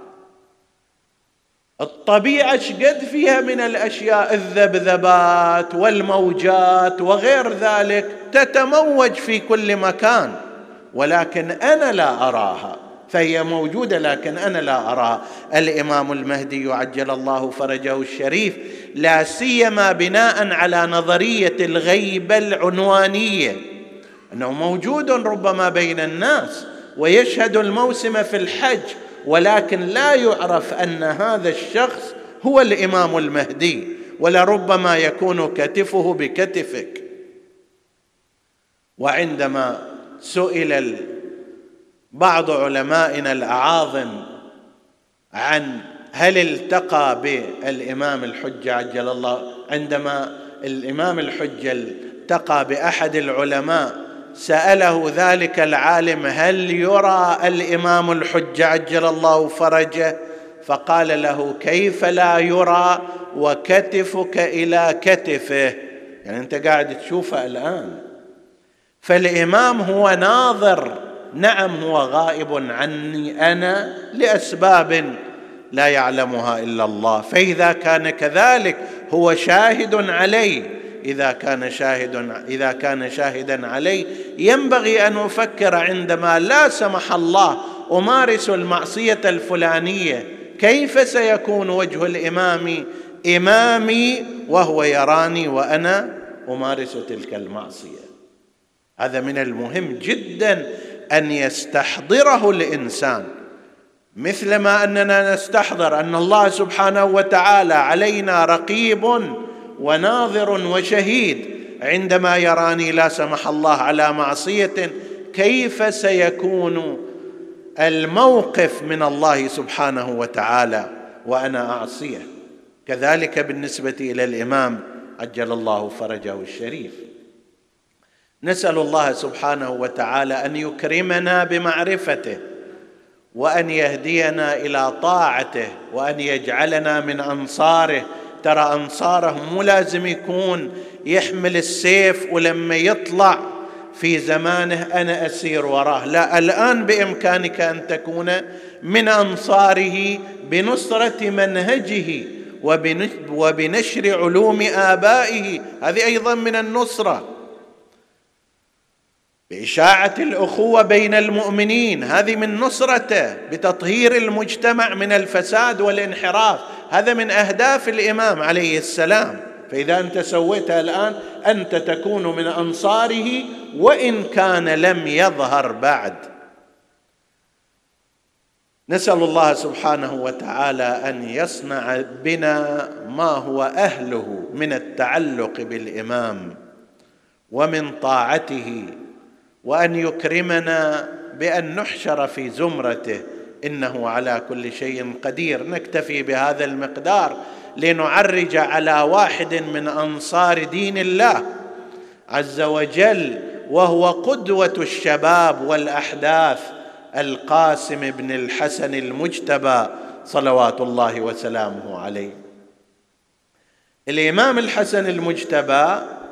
الطبيعة شقد فيها من الأشياء، الذبذبات والموجات وغير ذلك تتموج في كل مكان، ولكن أنا لا أراها، فهي موجودة لكن أنا لا أراها. الإمام المهدي عجل الله فرجه الشريف لا سيما بناء على نظرية الغيبة العنوانية، أنه موجود ربما بين الناس ويشهد الموسم في الحج، ولكن لا يعرف أن هذا الشخص هو الإمام المهدي، ولربما يكون كتفه بكتفك. وعندما سئل بعض علمائنا الأعاظم عن هل التقى بالإمام الحجة عجل الله، عندما الإمام الحجة التقى بأحد العلماء سأله ذلك العالم هل يرى الإمام الحجة عجل الله فرجه؟ فقال له كيف لا يرى وكتفك إلى كتفه، يعني أنت قاعد تشوفه الآن. فالإمام هو ناظر، نعم هو غائب عني أنا لأسباب لا يعلمها إلا الله، فإذا كان كذلك هو شاهد علي. إذا كان شاهد إذا كان شاهدا علي ينبغي أن أفكر عندما لا سمح الله أمارس المعصية الفلانية كيف سيكون وجه الإمام إمامي وهو يراني وأنا أمارس تلك المعصية. هذا من المهم جدا أن يستحضره الإنسان، مثلما أننا نستحضر أن الله سبحانه وتعالى علينا رقيب وناظر وشهيد. عندما يراني لا سمح الله على معصية كيف سيكون الموقف من الله سبحانه وتعالى وأنا أعصيه؟ كذلك بالنسبة إلى الإمام عجل الله فرجه الشريف. نسأل الله سبحانه وتعالى أن يكرمنا بمعرفته وأن يهدينا إلى طاعته وأن يجعلنا من أنصاره. ترى أنصاره مو لازم يكون يحمل السيف ولما يطلع في زمانه أنا أسير وراه، لا، الآن بإمكانك أن تكون من أنصاره بنصرة منهجه وبنشر علوم آبائه، هذه أيضا من النصرة. بإشاعة الأخوة بين المؤمنين، هذه من نصرته، بتطهير المجتمع من الفساد والانحراف، هذا من أهداف الإمام عليه السلام. فإذا أنت سويتها الآن أنت تكون من أنصاره وإن كان لم يظهر بعد. نسأل الله سبحانه وتعالى أن يصنع بنا ما هو أهله من التعلق بالإمام ومن طاعته، وأن يكرمنا بأن نحشر في زمرته، إنه على كل شيء قدير. نكتفي بهذا المقدار لنعرج على واحد من أنصار دين الله عز وجل، وهو قدوة الشباب والأحداث، القاسم بن الحسن المجتبى صلوات الله وسلامه عليه. الإمام الحسن المجتبى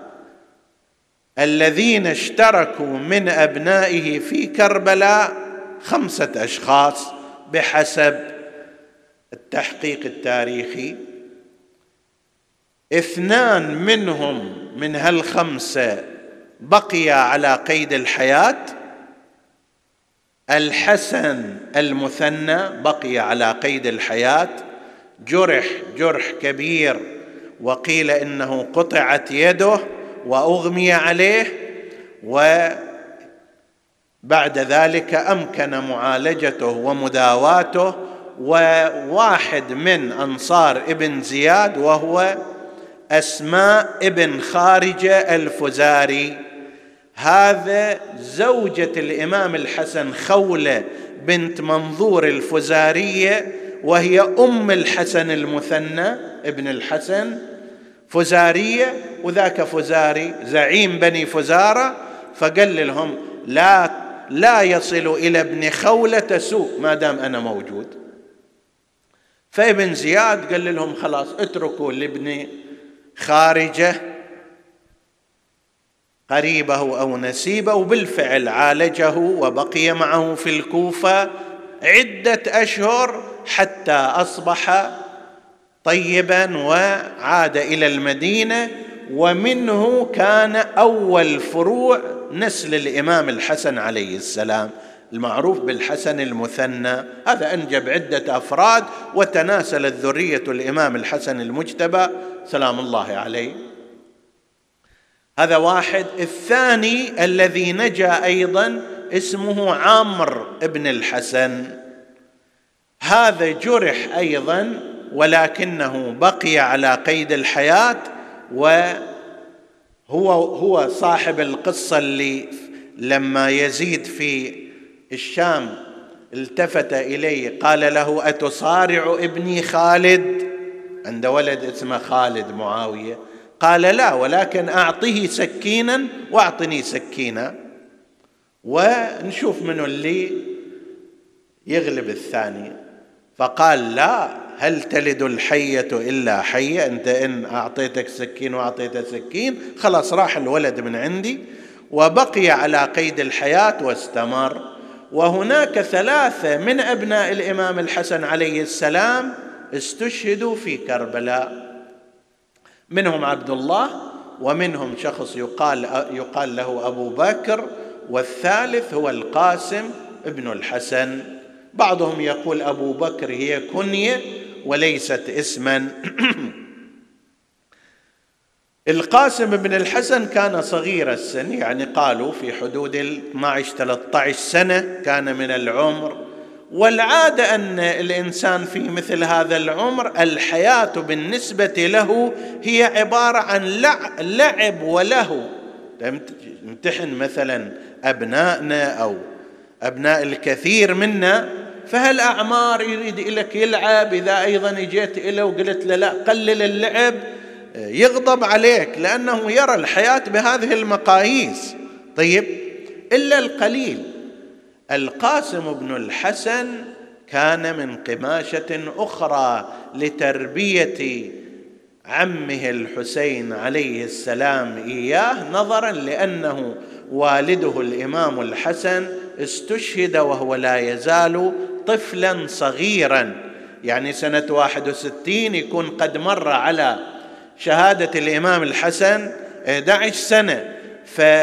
الذين اشتركوا من أبنائه في كربلاء خمسة أشخاص بحسب التحقيق التاريخي. اثنان منهم من هالخمسة بقي على قيد الحياة، الحسن المثنى بقي على قيد الحياة، جرح جرح كبير، وقيل إنه قطعت يده وأغمي عليه، وبعد ذلك أمكن معالجته ومداواته. وواحد من أنصار ابن زياد وهو أسماء ابن خارجة الفزاري، هذا زوجة الإمام الحسن خولة بنت منظور الفزارية، وهي أم الحسن المثنى ابن الحسن، فزارية، وذاك فزاري زعيم بني فزارة، فقال لهم لا لا يصل إلى ابن خولة سوء ما دام أنا موجود. فابن زياد قال لهم خلاص اتركوا لابن خارجة قريبه أو نسيبه، وبالفعل عالجه وبقي معه في الكوفة عدة أشهر حتى أصبح طيبا وعاد إلى المدينة. ومنه كان أول فروع نسل الإمام الحسن عليه السلام المعروف بالحسن المثنى، هذا أنجب عدة أفراد وتناسلت ذرية الإمام الحسن المجتبى سلام الله عليه. هذا واحد. الثاني الذي نجا أيضا اسمه عمرو ابن الحسن، هذا جرح أيضا ولكنه بقي على قيد الحياة، وهو هو صاحب القصة اللي لما يزيد في الشام التفت إليه قال له أتصارع ابني خالد، عند ولد اسمه خالد معاوية، قال لا ولكن أعطيه سكينا وأعطني سكينا ونشوف منه اللي يغلب الثاني. فقال لا، هل تلد الحية إلا حية؟ أنت إن أعطيتك سكين وأعطيته سكين خلاص راح الولد من عندي، وبقي على قيد الحياة واستمر. وهناك ثلاثة من أبناء الإمام الحسن عليه السلام استشهدوا في كربلاء، منهم عبد الله، ومنهم شخص يقال يقال له أبو بكر، والثالث هو القاسم ابن الحسن. بعضهم يقول أبو بكر هي كنية وليست اسما. القاسم بن الحسن كان صغير السن، يعني قالوا في حدود اثني عشر ثلاثة عشر سنة كان من العمر، والعادة أن الإنسان في مثل هذا العمر الحياة بالنسبة له هي عبارة عن لعب ولهو. نمتحن مثلا أبنائنا أو أبناء الكثير منا، فهالأعمار يريد لك يلعب، إذا أيضا جيت إليه وقلت له لا قلل اللعب يغضب عليك، لأنه يرى الحياة بهذه المقاييس. طيب إلا القليل. القاسم بن الحسن كان من قماشة أخرى لتربية عمه الحسين عليه السلام إياه، نظرا لأنه والده الإمام الحسن استشهد وهو لا يزال طفلا صغيرا، يعني سنة واحد وستين يكون قد مر على شهادة الإمام الحسن أحد عشر سنة،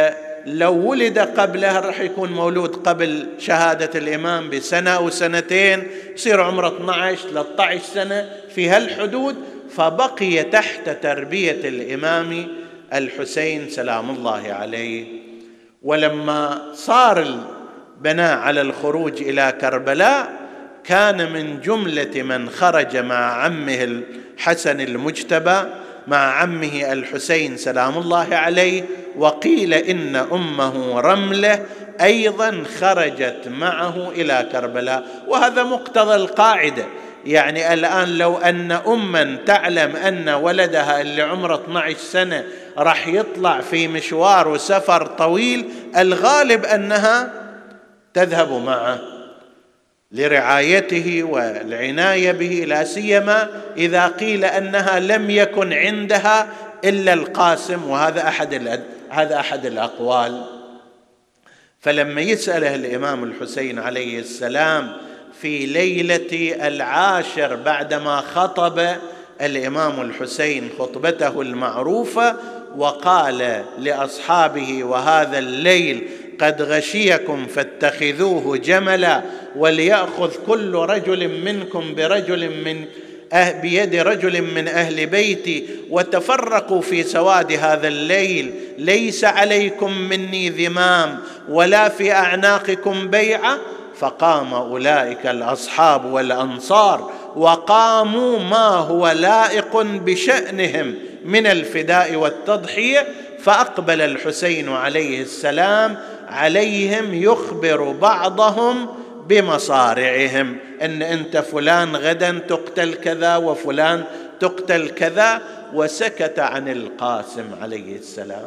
لو ولد قبلها راح يكون مولود قبل شهادة الإمام بسنة أو سنتين، يصير عمره اثني عشر ثلاثة عشر سنة في هالحدود، فبقي تحت تربية الإمام الحسين سلام الله عليه. ولما صار البناء على الخروج إلى كربلاء كان من جملة من خرج مع عمه الحسن المجتبى مع عمه الحسين سلام الله عليه، وقيل إن أمه رملة أيضا خرجت معه إلى كربلاء. وهذا مقتضى القاعدة، يعني الآن لو أن أما تعلم أن ولدها اللي عمره اثني عشر سنة راح يطلع في مشوار وسفر طويل، الغالب أنها تذهب معه لرعايته والعناية به، لا سيما إذا قيل أنها لم يكن عندها إلا القاسم، وهذا أحد هذا أحد الأقوال. فلما يسأله الإمام الحسين عليه السلام في ليلة العاشر بعدما خطب الإمام الحسين خطبته المعروفة وقال لأصحابه: وهذا الليل قد غشيكم فاتخذوه جملا، وليأخذ كل رجل منكم برجل من أه بيد رجل من أهل بيتي وتفرقوا في سواد هذا الليل، ليس عليكم مني ذمام ولا في أعناقكم بيعة. فقام أولئك الأصحاب والأنصار وقاموا ما هو لائق بشأنهم من الفداء والتضحية، فأقبل الحسين عليه السلام عليهم يخبر بعضهم بمصارعهم، أن أنت فلان غدا تقتل كذا وفلان تقتل كذا، وسكت عن القاسم عليه السلام.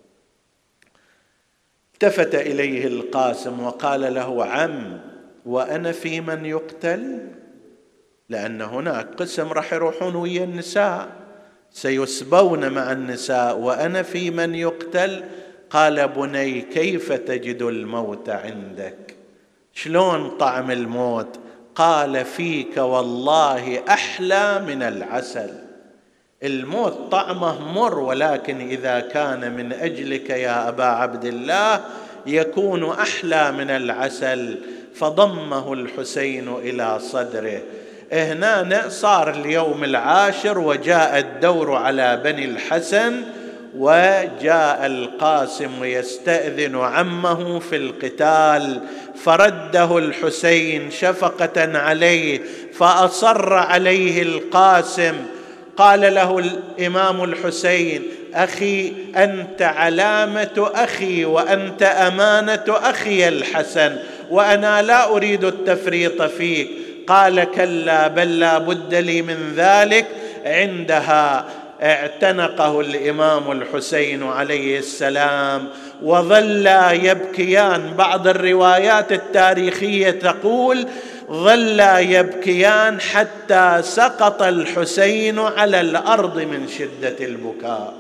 التفت إليه القاسم وقال له: عم، وأنا في من يقتل؟ لأن هناك قسم راح يروحون ويا النساء سيسبون مع النساء، وأنا في من يقتل؟ قال: بني، كيف تجد الموت عندك؟ شلون طعم الموت؟ قال: فيك والله أحلى من العسل. الموت طعمه مر، ولكن إذا كان من أجلك يا أبا عبد الله يكون أحلى من العسل. فضمه الحسين إلى صدره. هنا صار اليوم العاشر وجاء الدور على بني الحسن، وجاء القاسم يستأذن عمه في القتال، فرده الحسين شفقة عليه، فأصر عليه القاسم. قال له الإمام الحسين: أخي، أنت علامة أخي وأنت أمانة أخي الحسن، وأنا لا أريد التفريط فيك. قال: كلا، بل لا بد لي من ذلك. عندها اعتنقه الإمام الحسين عليه السلام وظلا يبكيان. بعض الروايات التاريخية تقول: ظلا يبكيان حتى سقط الحسين على الأرض من شدة البكاء.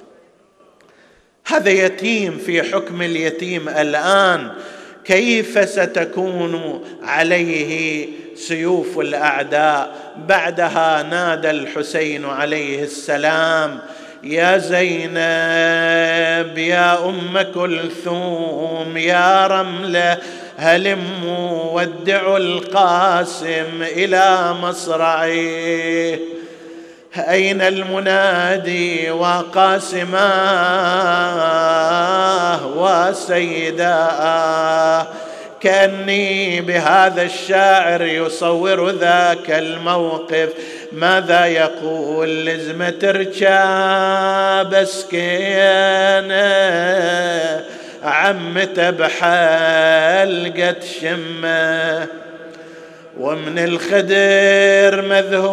هذا يتيم في حكم اليتيم الآن، كيف ستكون عليه سيوف الأعداء؟ بعدها نادى الحسين عليه السلام: يا زينب، يا أم كلثوم، يا رملة، هلموا ودعوا القاسم إلى مصرعه. أين المنادي وقاسماه وسيداه؟ كأني بهذا الشاعر يصور ذاك الموقف. ماذا يقول؟ لزمة رجاب سكينة، عمته بحلقة شمه، ومن الخدر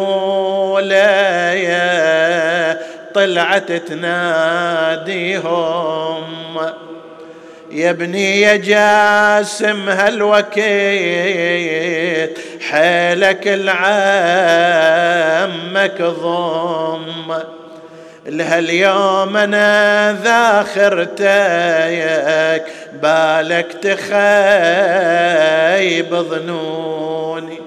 مذهولة طلعت تناديهم: يا ابني يا جاسم هالوكيت حيلك العمك ضم، لهاليوم انا ذاخرتك بالك تخيب ظنوني.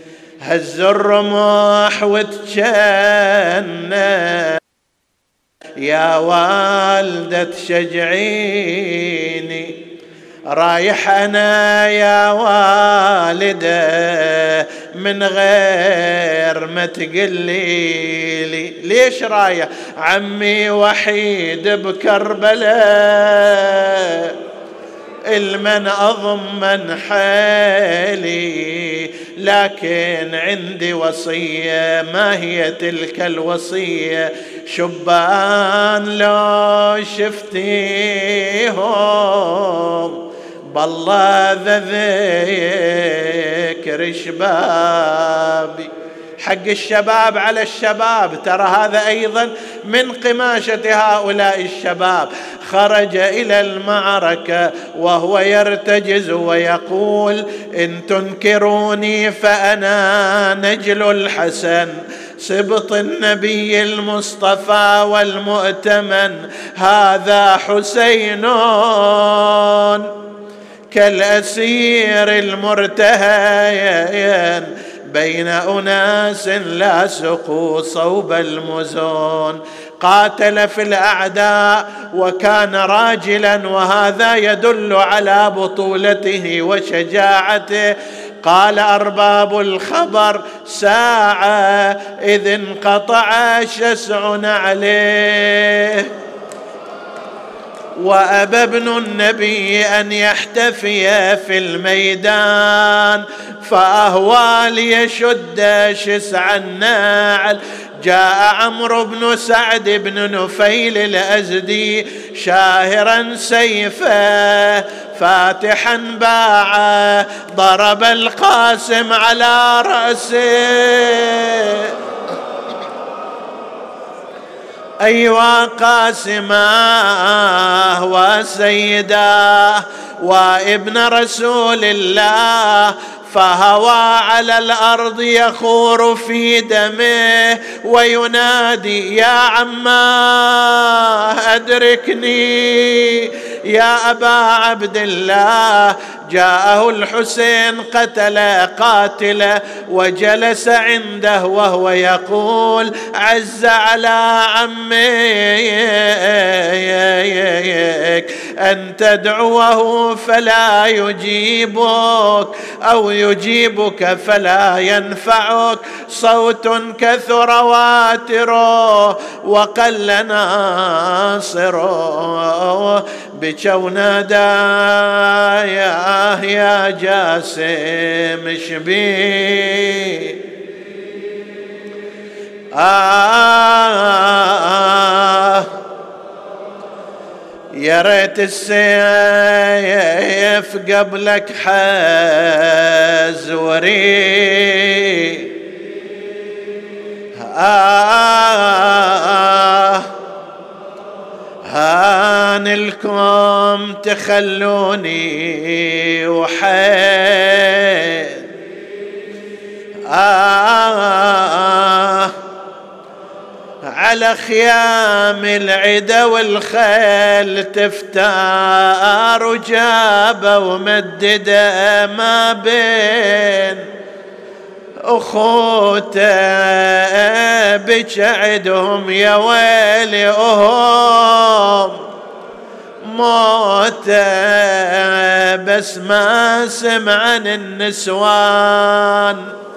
هز الرمح وتجنى يا والدة شجعيني، رايح أنا يا والدة من غير ما تقلي لي. ليش رايح؟ عمي وحيد بكربلاء، المن أضمن حالي، لكن عندي وصية. ما هي تلك الوصية؟ شبان لو شفتيهم بالله ذا ذكر شبابي. حق الشباب على الشباب، ترى هذا أيضا من قماشة هؤلاء الشباب. خرج إلى المعركة وهو يرتجز ويقول: إن تنكروني فأنا نجل الحسن، سبط النبي المصطفى والمؤتمن، هذا حسين كالأسير المرتهين بين أناس لا سقوا صوب المزون. قاتل في الأعداء وكان راجلا، وهذا يدل على بطولته وشجاعته. قال أرباب الخبر: ساعة إذ انقطع شسع عليه، وأبى ابن النبي أن يحتفي في الميدان، فأهوى ليشد شسع الناعل. جاء عمرو بن سعد بن نفيل الأزدي شاهرا سيفه فاتحا باعه، ضرب القاسم على رأسه: أيوا قاسماه وسيداه وابن رسول الله، فهوى على الأرض يخور في دمه وينادي: يا عماه أدركني يا أبا عبد الله. جاءه الحسين قتل قاتله وجلس عنده وهو يقول: عز على عميك أن تدعوه فلا يجيبك، أو يجيبك فلا ينفعك. صوت كثر واتره وقل ناصره، بكوا نادى: يا يا جاسم شبيه. آه يا ريت السيف قبلك حاز وري. آه هان لكم تخلوني وحيد. آه على خيام العدا والخيل تفتار وجابه ومدده ما بين أخوته بجعدهم يا ويلي أهم موته. بس ما سمعن النسوان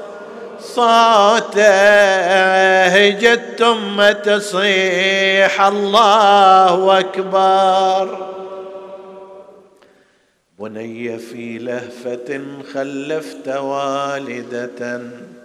صوته، جت أمه تصيح الله أكبر. بني في لهفة خلفت والدة